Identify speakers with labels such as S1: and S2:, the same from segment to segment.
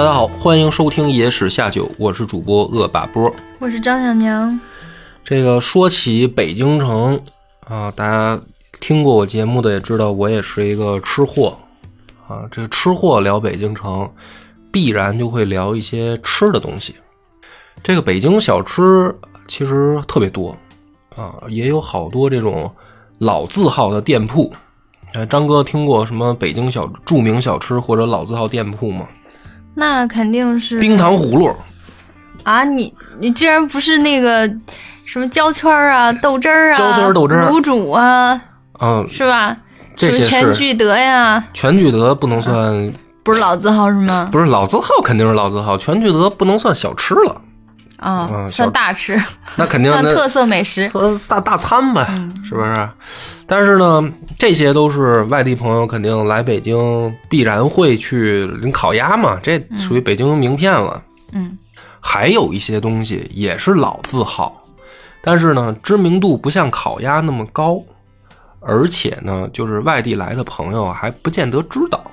S1: 大家好，欢迎收听野史下酒，我是主播恶把波，
S2: 我是张小娘。
S1: 这个说起北京城啊，大家听过我节目的也知道，我也是一个吃货啊。这个吃货聊北京城，必然就会聊一些吃的东西。这个北京小吃其实特别多啊，也有好多这种老字号的店铺。张哥听过什么北京著名小吃或者老字号店铺吗？
S2: 那肯定是
S1: 冰糖葫芦
S2: 啊！你居然不是那个什么焦圈啊、豆汁儿啊、
S1: 焦圈豆汁儿、
S2: 卤煮啊，是吧？
S1: 这些是
S2: 全聚德呀。
S1: 全聚德不能算，
S2: 不是老字号是吗？
S1: 不是老字号，肯定是老字号。全聚德不能算小吃了
S2: 啊，算大吃，
S1: 那肯定
S2: 算特色美食，
S1: 算大餐呗，是不是？但是呢，这些都是外地朋友肯定来北京必然会去领烤鸭嘛，这属于北京名片了。还有一些东西也是老字号，但是呢，知名度不像烤鸭那么高，而且呢，就是外地来的朋友还不见得知道。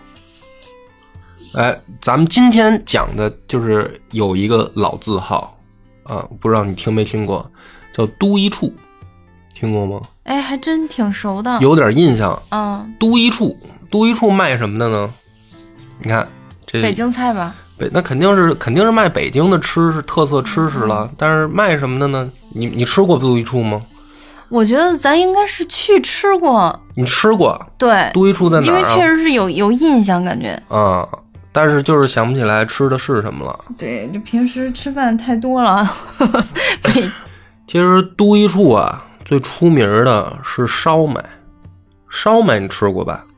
S1: 咱们今天讲的就是有一个老字号啊，不知道你听没听过，叫都一处，听过吗？
S2: 还真挺熟的，
S1: 有点印象。都一处卖什么的呢？你看，这
S2: 北京菜吧？
S1: 那肯定是卖北京的吃，是特色吃食了。但是卖什么的呢？你吃过都一处吗？
S2: 我觉得咱应该是去吃过。
S1: 你吃过？
S2: 对，
S1: 都一处在哪儿啊？
S2: 因为确实是有印象感觉
S1: 啊。但是就是想不起来吃的是什么了。
S2: 对，就平时吃饭太多了。
S1: 其实都一处啊，最出名的是烧麦。烧麦你吃过吧？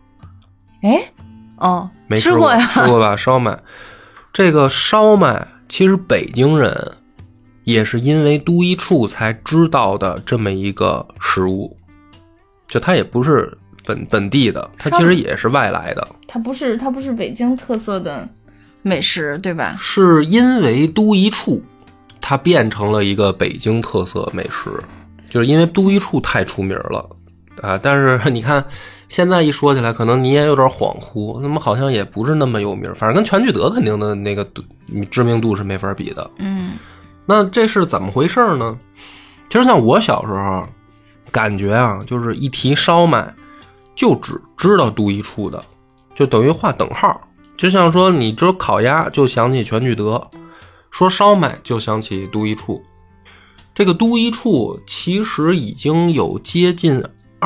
S1: 没吃过
S2: 呀。
S1: 吃过吧？烧麦，这个烧麦其实北京人也是因为都一处才知道的这么一个食物，就它也不是本地的，它其实也是外来的。
S2: 它不是北京特色的美食，对吧？
S1: 是因为都一处它变成了一个北京特色美食，就是因为都一处太出名了啊。但是你看现在一说起来，可能你也有点恍惚，怎么好像也不是那么有名，反正跟全聚德肯定的那个知名度是没法比的。那这是怎么回事呢？其实像我小时候感觉啊，就是一提烧麦就只知道都一处的，就等于画等号。就像说你知道烤鸭就想起全聚德，说烧麦就想起都一处。这个都一处其实已经有接近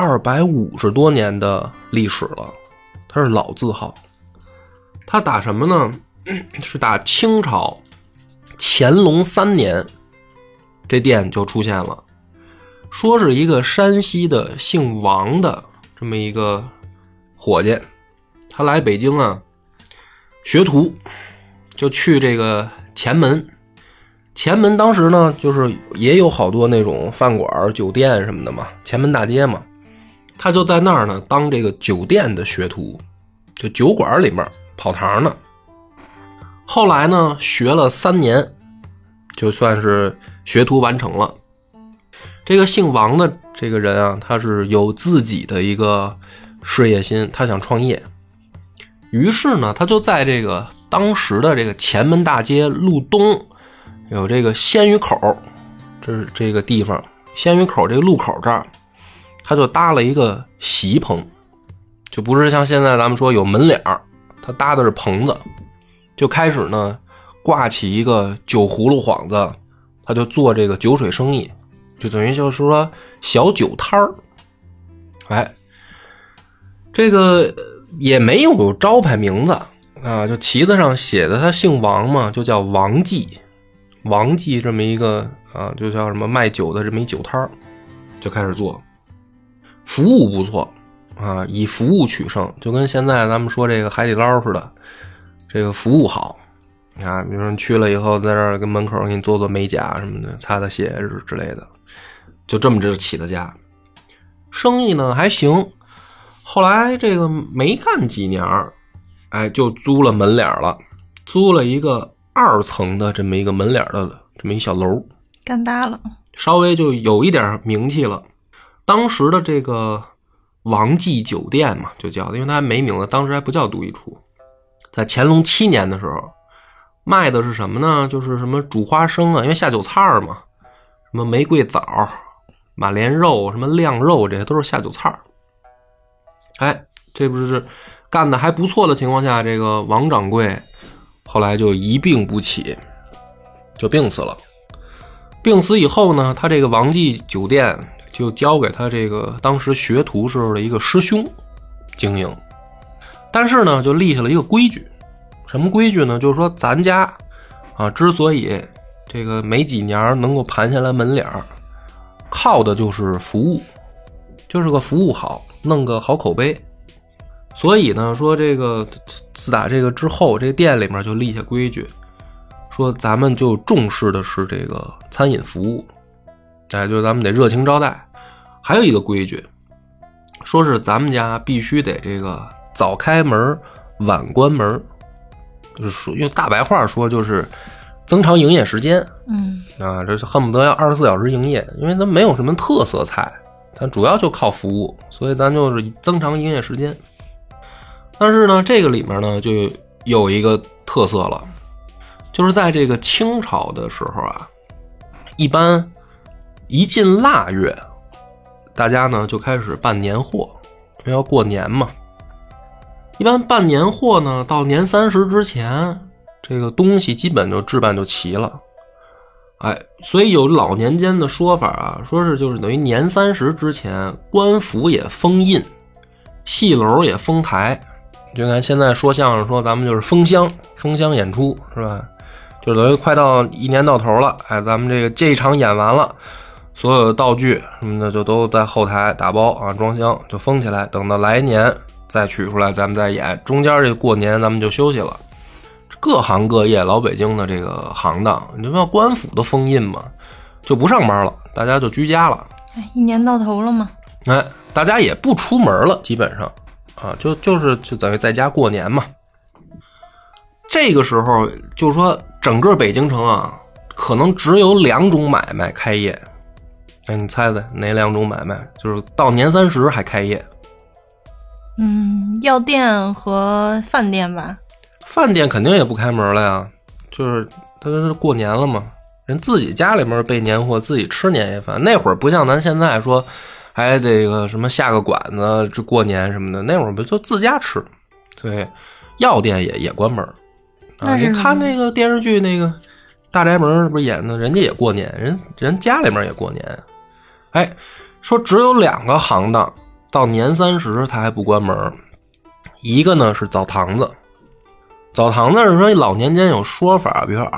S1: 250多年的历史了，它是老字号。它打什么呢？是打清朝乾隆3年，这店就出现了。说是一个山西的姓王的这么一个伙计，他来北京啊学徒，就去这个前门。前门当时呢，就是也有好多那种饭馆、酒店什么的嘛，前门大街嘛。他就在那儿呢当这个酒店的学徒，就酒馆里面跑堂呢。后来呢学了3年，就算是学徒完成了。这个姓王的这个人啊，他是有自己的一个事业心，他想创业。于是呢，他就在这个当时的这个前门大街路东有这个鲜鱼口，这是这个地方，鲜鱼口这个路口这儿，他就搭了一个洗衣棚，就不是像现在咱们说有门脸，他搭的是棚子，就开始呢挂起一个酒葫芦幌子，他就做这个酒水生意，就等于就是说小酒摊儿。这个也没有招牌名字啊，就旗子上写的他姓王嘛，就叫王记。王记这么一个啊，就叫什么卖酒的这么一酒摊儿，就开始做。服务不错啊，以服务取胜，就跟现在咱们说这个海底捞似的，这个服务好啊，比如说你去了以后，在这儿跟门口给你做美甲什么的，擦擦鞋之类的，就这么着起的家。生意呢还行，后来这个没干几年，就租了门脸了，租了一个2层的这么一个门脸的这么一小楼，
S2: 干大了，
S1: 稍微就有一点名气了。当时的这个王记酒店嘛，就叫，因为它还没名字，当时还不叫都一处。在乾隆7年的时候， 卖的是什么呢？就是什么煮花生啊，因为下酒菜嘛，什么玫瑰枣、马莲肉、什么晾肉，这些都是下酒菜。哎，这不是干的还不错的情况下，这个王掌柜后来就一病不起，就病死了。病死以后呢，他这个王记酒店就交给他这个当时学徒时候的一个师兄经营。但是呢，就立下了一个规矩，什么规矩呢？就是说咱家啊，之所以这个没几年能够盘下来门脸，靠的就是服务，就是个服务好，弄个好口碑。所以呢，说这个自打这个之后，这个店里面就立下规矩，说咱们就重视的是这个餐饮服务，哎，就是咱们得热情招待。还有一个规矩，说是咱们家必须得这个早开门晚关门，就是说用大白话说就是增长营业时间。这是恨不得要24小时营业，因为咱没有什么特色菜，咱主要就靠服务，所以咱就是增长营业时间。但是呢，这个里面呢就有一个特色了，就是在这个清朝的时候啊，一般一进腊月，大家呢就开始办年货，因为要过年嘛。一般办年货呢，到年30之前，这个东西基本就置办就齐了。哎，所以有老年间的说法啊，说是就是等于年30之前，官府也封印，戏楼也封台。就看现在说相声说咱们就是封箱演出是吧？就等于快到一年到头了，哎，咱们这一场演完了，所有的道具什么的就都在后台打包啊，装箱就封起来，等到来年再取出来咱们再演，中间这过年咱们就休息了。各行各业老北京的这个行当，你说官府的封印嘛，就不上班了，大家就居家了。
S2: 一年到头了嘛，
S1: 哎，大家也不出门了，基本上啊，就等于在家过年嘛。这个时候就是说整个北京城啊，可能只有2种买卖开业。哎，你猜猜哪2种买卖？就是到年30还开业。
S2: 药店和饭店吧。
S1: 饭店肯定也不开门了呀，就是他是过年了嘛，人自己家里面备年货，自己吃年夜饭。那会儿不像咱现在说还这个什么下个馆子这过年什么的，那会儿不就自家吃。对，药店也关门啊。你看那个电视剧那个大宅门不是演的，人家也过年，人家里面也过年。哎，说只有2个行当到年30他还不关门，一个呢是澡堂子。澡堂子是说老年间有说法，比如说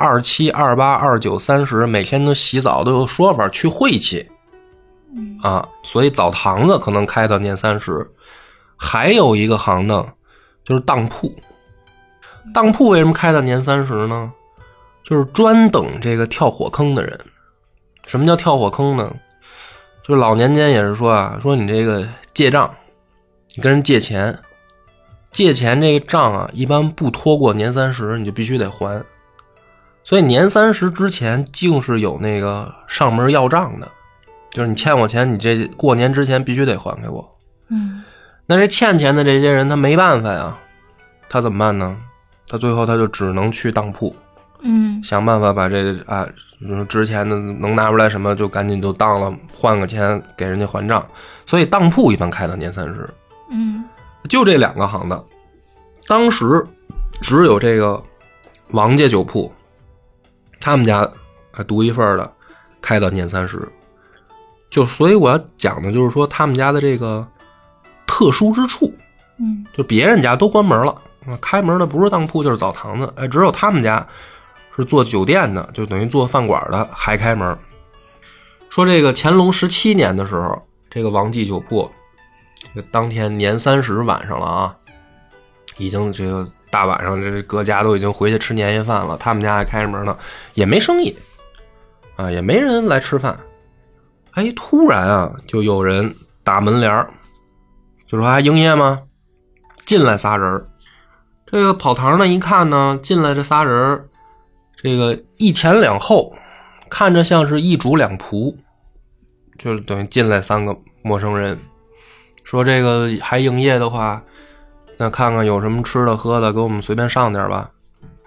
S1: 27、28、29、30每天都洗澡都有说法去晦气啊，所以澡堂子可能开到年30。还有一个行当就是当铺。当铺为什么开到年30呢？就是专等这个跳火坑的人。什么叫跳火坑呢？就是老年间也是说啊，说你这个借账，你跟人借钱这个账啊，一般不拖过年30你就必须得还。所以年30之前竟是有那个上门要账的，就是你欠我钱，你这过年之前必须得还给我。那这欠钱的这些人他没办法呀，他怎么办呢？他最后他就只能去当铺，想办法把这个啊之前的能拿出来什么就赶紧就当了，换个钱给人家还账。所以当铺一般开到年30。就这2个行当，当时只有这个王家酒铺，他们家独一份的开到年30。就所以我要讲的就是说他们家的这个特殊之处。就别人家都关门了，开门的不是当铺就是澡堂子，只有他们家是做酒店的，就等于做饭馆的还开门。说这个乾隆17年的时候，这个王记酒铺当天年30晚上了啊，已经这个大晚上这各家都已经回去吃年夜饭了，他们家还开着门呢，也没生意啊，也没人来吃饭。哎，突然啊就有人打门帘，就说还营业吗？进来仨人。这个跑堂呢一看呢，进来这仨人，这个一前2后，看着像是一主2仆，就是等于进来3个陌生人，说这个还营业的话，那看看有什么吃的喝的给我们随便上点吧。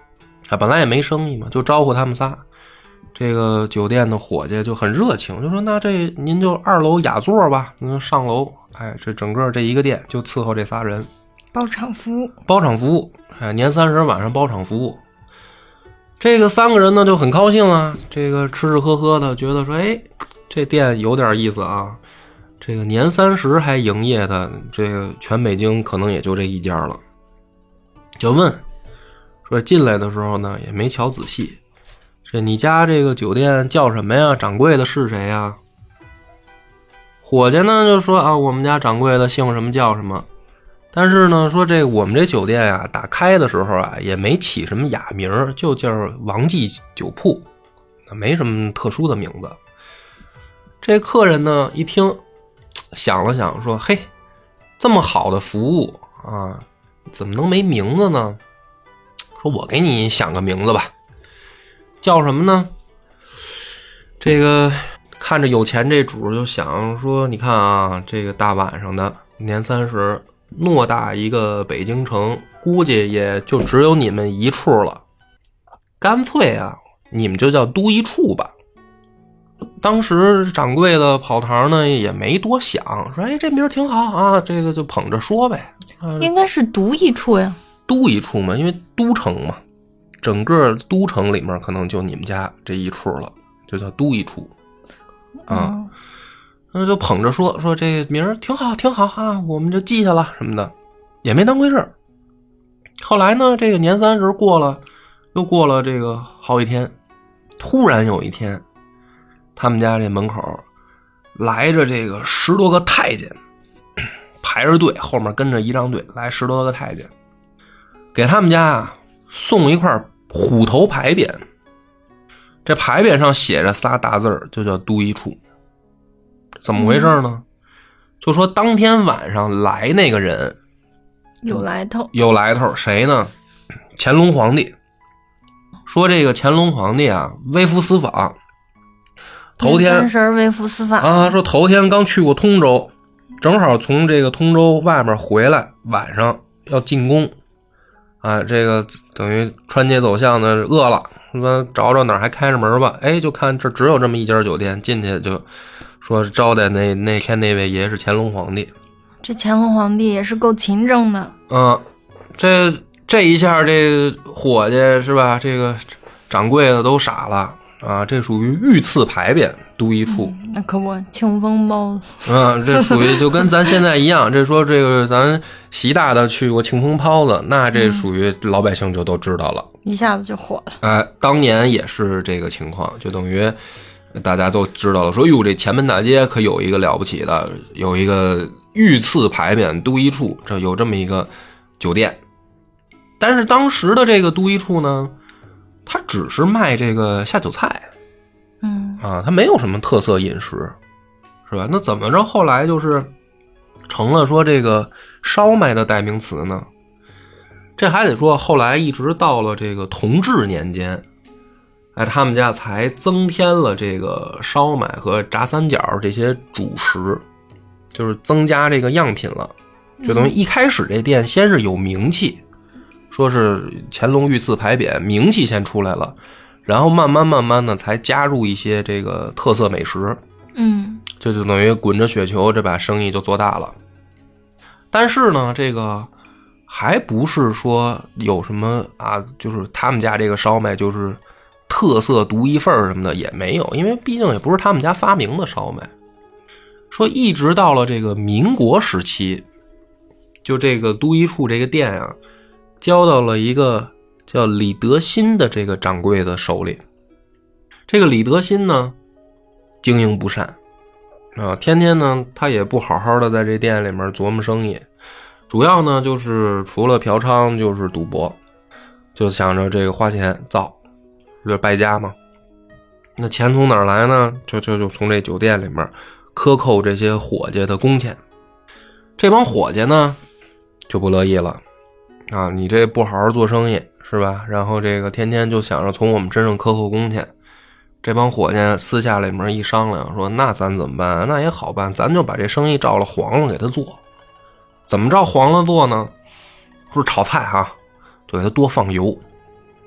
S1: 本来也没生意嘛，就招呼他们仨。这个酒店的伙计就很热情，就说那这您就2楼雅座吧，您上楼，这整个这一个店就伺候这仨人，
S2: 包场服务，
S1: 年30晚上包场服务。这个3个人呢就很高兴啊，这个吃吃喝喝的，觉得说这店有点意思啊，这个年30还营业的，这个全北京可能也就这一家了。就问说进来的时候呢也没瞧仔细，这你家这个酒店叫什么呀？掌柜的是谁呀？伙计呢就说啊，我们家掌柜的姓什么叫什么。但是呢说这我们这酒店啊打开的时候啊也没起什么雅名，就叫王记酒铺，没什么特殊的名字。这客人呢一听想了想说，嘿，这么好的服务啊怎么能没名字呢？说我给你想个名字吧，叫什么呢？这个看着有钱这主就想说，你看啊，这个大晚上的年30，偌大一个北京城，估计也就只有你们一处了，干脆啊你们就叫都一处吧。当时掌柜的跑堂呢也没多想，说这名挺好啊，这个就捧着说呗。
S2: 应该是独一处呀，
S1: 都一处嘛，因为都城嘛，整个都城里面可能就你们家这一处了，就叫都一处啊。那就捧着说这名挺好啊，我们就记下了什么的，也没当回事。后来呢，这个年30过了，又过了这个好几天，突然有一天，他们家这门口来着这个10多个太监，排着队，后面跟着仪仗队，来10多个太监，给他们家啊送一块虎头牌匾。这牌匾上写着仨大字，就叫都一处。怎么回事呢？就说当天晚上来那个人
S2: 有来头，
S1: 谁呢？乾隆皇帝。说这个乾隆皇帝啊微服私访，头天
S2: 30微服私访
S1: 啊，说头天刚去过通州，正好从这个通州外面回来，晚上要进宫啊，这个等于穿街走巷的饿了，说找哪儿还开着门吧，就看这只有这么一家酒店，进去就说招待那天那位爷是乾隆皇帝。
S2: 这乾隆皇帝也是够勤政的。
S1: 这一下这伙计是吧，这个掌柜的都傻了啊，这属于御赐牌匾都一处。
S2: 那可不，庆丰包子。
S1: 这属于就跟咱现在一样，这说这个咱习大大去过庆丰包子，那这属于老百姓就都知道了，
S2: 一下子就火了。
S1: 当年也是这个情况，就等于大家都知道了，说哟，这前门大街可有一个了不起的，有一个御赐牌匾都一处，这有这么一个酒店。但是当时的这个都一处呢，它只是卖这个下酒菜，它没有什么特色饮食，是吧？那怎么着后来就是成了说这个烧麦的代名词呢？这还得说后来一直到了这个同治年间，他们家才增添了这个烧麦和炸三角这些主食，就是增加这个样品了。就等于一开始这店先是有名气，说是乾隆御赐牌匾，名气先出来了，然后慢慢的才加入一些这个特色美食。就等于滚着雪球，这把生意就做大了。但是呢，这个还不是说有什么啊，就是他们家这个烧麦就是特色独一份什么的也没有，因为毕竟也不是他们家发明的烧麦。说一直到了这个民国时期，就这个都一处这个店啊，交到了一个叫李德新的这个掌柜的手里。这个李德新呢，经营不善啊，天天呢他也不好好的在这店里面琢磨生意，主要呢就是除了嫖娼就是赌博，就想着这个花钱造，就是败家嘛。那钱从哪儿来呢？就从这酒店里面克扣这些伙计的工钱。这帮伙计呢就不乐意了啊，你这不好好做生意是吧？然后这个天天就想着从我们身上克扣工钱。这帮伙计私下里面一商量，说那咱怎么办？那也好办，咱就把这生意照了黄了给他做。怎么照黄了做呢？不是炒菜就给他多放油。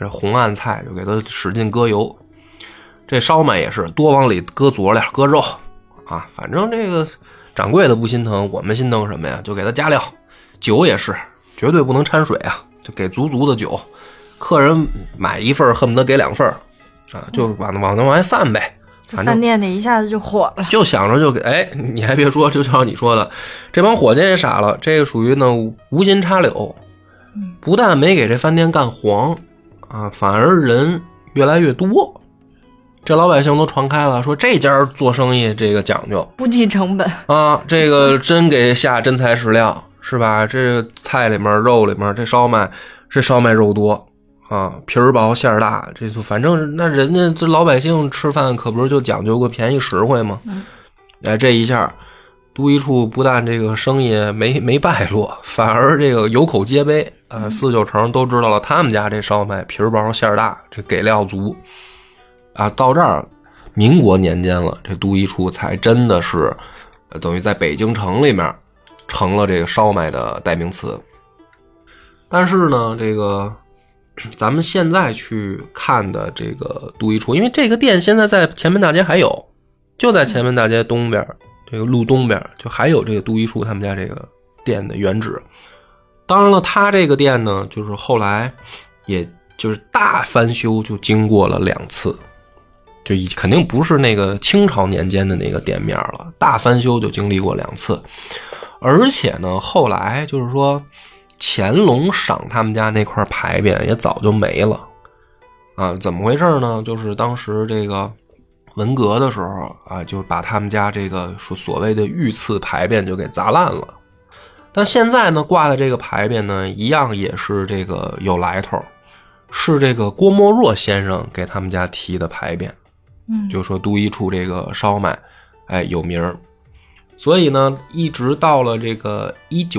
S1: 这红案菜就给它使劲搁油。这烧麦也是多往里搁佐料搁肉啊，反正这个掌柜的不心疼，我们心疼什么呀？就给他加料。酒也是绝对不能掺水啊，就给足足的酒，客人买一份恨不得给2份啊，就往外散呗。反正
S2: 饭店里一下子就火了，
S1: 就想着就给你还别说，就像你说的，这帮伙计也傻了，这个属于呢无心插柳，不但没给这饭店干黄啊，反而人越来越多。这老百姓都传开了，说这家做生意这个讲究，
S2: 不计成本
S1: 啊，这个真给下真材实料，是吧？这菜里面肉里面这烧麦肉多啊，皮儿薄馅儿大，这就反正那人家这老百姓吃饭可不是就讲究个便宜实惠吗？这一下都一处不但这个生意没败落，反而这个有口皆碑啊，4、9成都知道了他们家这烧麦皮儿薄馅儿大，这给料足啊。到这儿民国年间了，这都一处才真的是等于在北京城里面成了这个烧麦的代名词。但是呢，这个咱们现在去看的这个都一处，因为这个店现在在前门大街还有，就在前门大街东边这个路东边就还有这个都一处他们家这个店的原址。当然了，他这个店呢就是后来也就是大翻修，就经过了2次，就肯定不是那个清朝年间的那个店面了，大翻修就经历过2次。而且呢后来就是说乾隆赏他们家那块牌匾也早就没了啊，怎么回事呢？就是当时这个文革的时候啊，就把他们家这个所谓的御赐牌匾就给砸烂了。但现在呢挂的这个牌匾呢一样也是这个有来头，是这个郭沫若先生给他们家提的牌匾，就说都一处这个烧麦有名。所以呢一直到了这个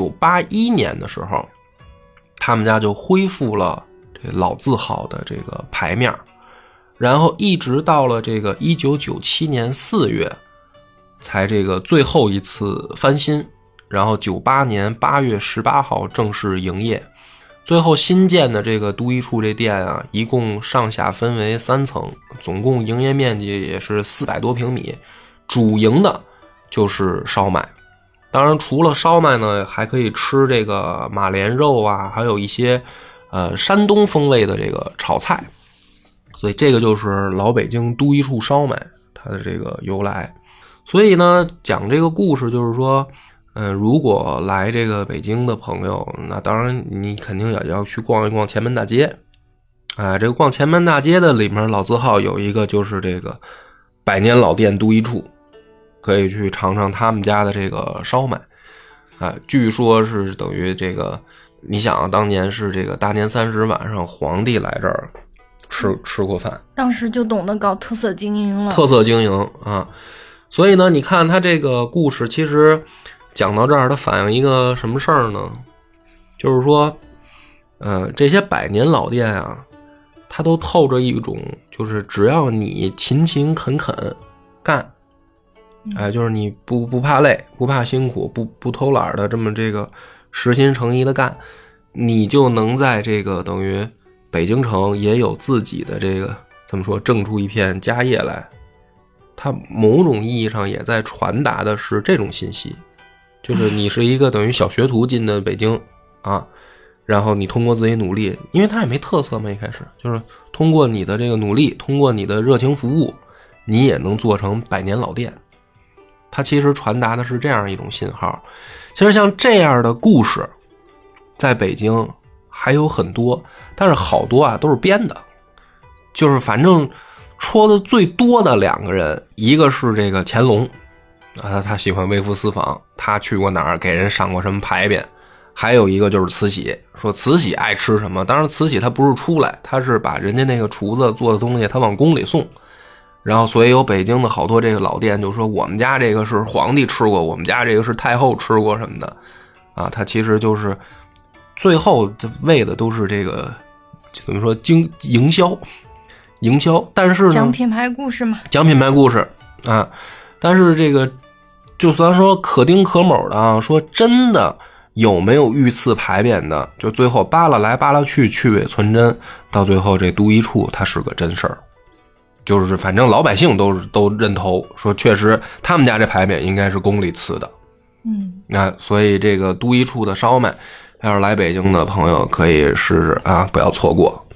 S1: 1981年的时候，他们家就恢复了这老字号的这个牌面，然后一直到了这个1997年4月才这个最后一次翻新，然后98年8月18号正式营业。最后新建的这个都一处这店啊，一共上下分为3层，总共营业面积也是400多平米，主营的就是烧麦。当然除了烧麦呢，还可以吃这个马莲肉啊，还有一些山东风味的这个炒菜。所以这个就是老北京都一处烧麦它的这个由来。所以呢讲这个故事就是说如果来这个北京的朋友，那当然你肯定也要去逛一逛前门大街这个逛前门大街的里面老字号有一个就是这个百年老店都一处，可以去尝尝他们家的这个烧麦据说是等于这个你想当年是这个大年30晚上皇帝来这儿吃过饭，
S2: 当时就懂得搞特色经营了。
S1: 特色经营啊，所以呢你看他这个故事其实讲到这儿，它反映一个什么事儿呢？就是说这些百年老店啊，它都透着一种就是只要你勤勤恳恳干就是你不怕累，不怕辛苦，不偷懒的这么这个实心诚意的干，你就能在这个等于北京城也有自己的这个怎么说挣出一片家业来。它某种意义上也在传达的是这种信息，就是你是一个等于小学徒进的北京然后你通过自己努力，因为它也没特色嘛，一开始就是通过你的这个努力，通过你的热情服务，你也能做成百年老店。它其实传达的是这样一种信号。其实像这样的故事在北京还有很多，但是好多都是编的。就是反正戳的最多的2个人，一个是这个乾隆他喜欢微服私访，他去过哪儿给人上过什么牌匾。还有一个就是慈禧，说慈禧爱吃什么，当然慈禧他不是出来，他是把人家那个厨子做的东西他往宫里送，然后所以有北京的好多这个老店就说我们家这个是皇帝吃过，我们家这个是太后吃过什么的他其实就是最后为的都是这个怎么说营销，但是呢
S2: 讲品牌故事嘛，
S1: 讲品牌故事但是这个就算说可丁可卯的说真的有没有御赐牌匾的，就最后扒拉来扒拉去，去伪存真，到最后这都一处它是个真事儿，就是反正老百姓都认头，说确实他们家这牌匾应该是宫里赐的。所以这个都一处的烧麦，要是来北京的朋友可以试试啊，不要错过。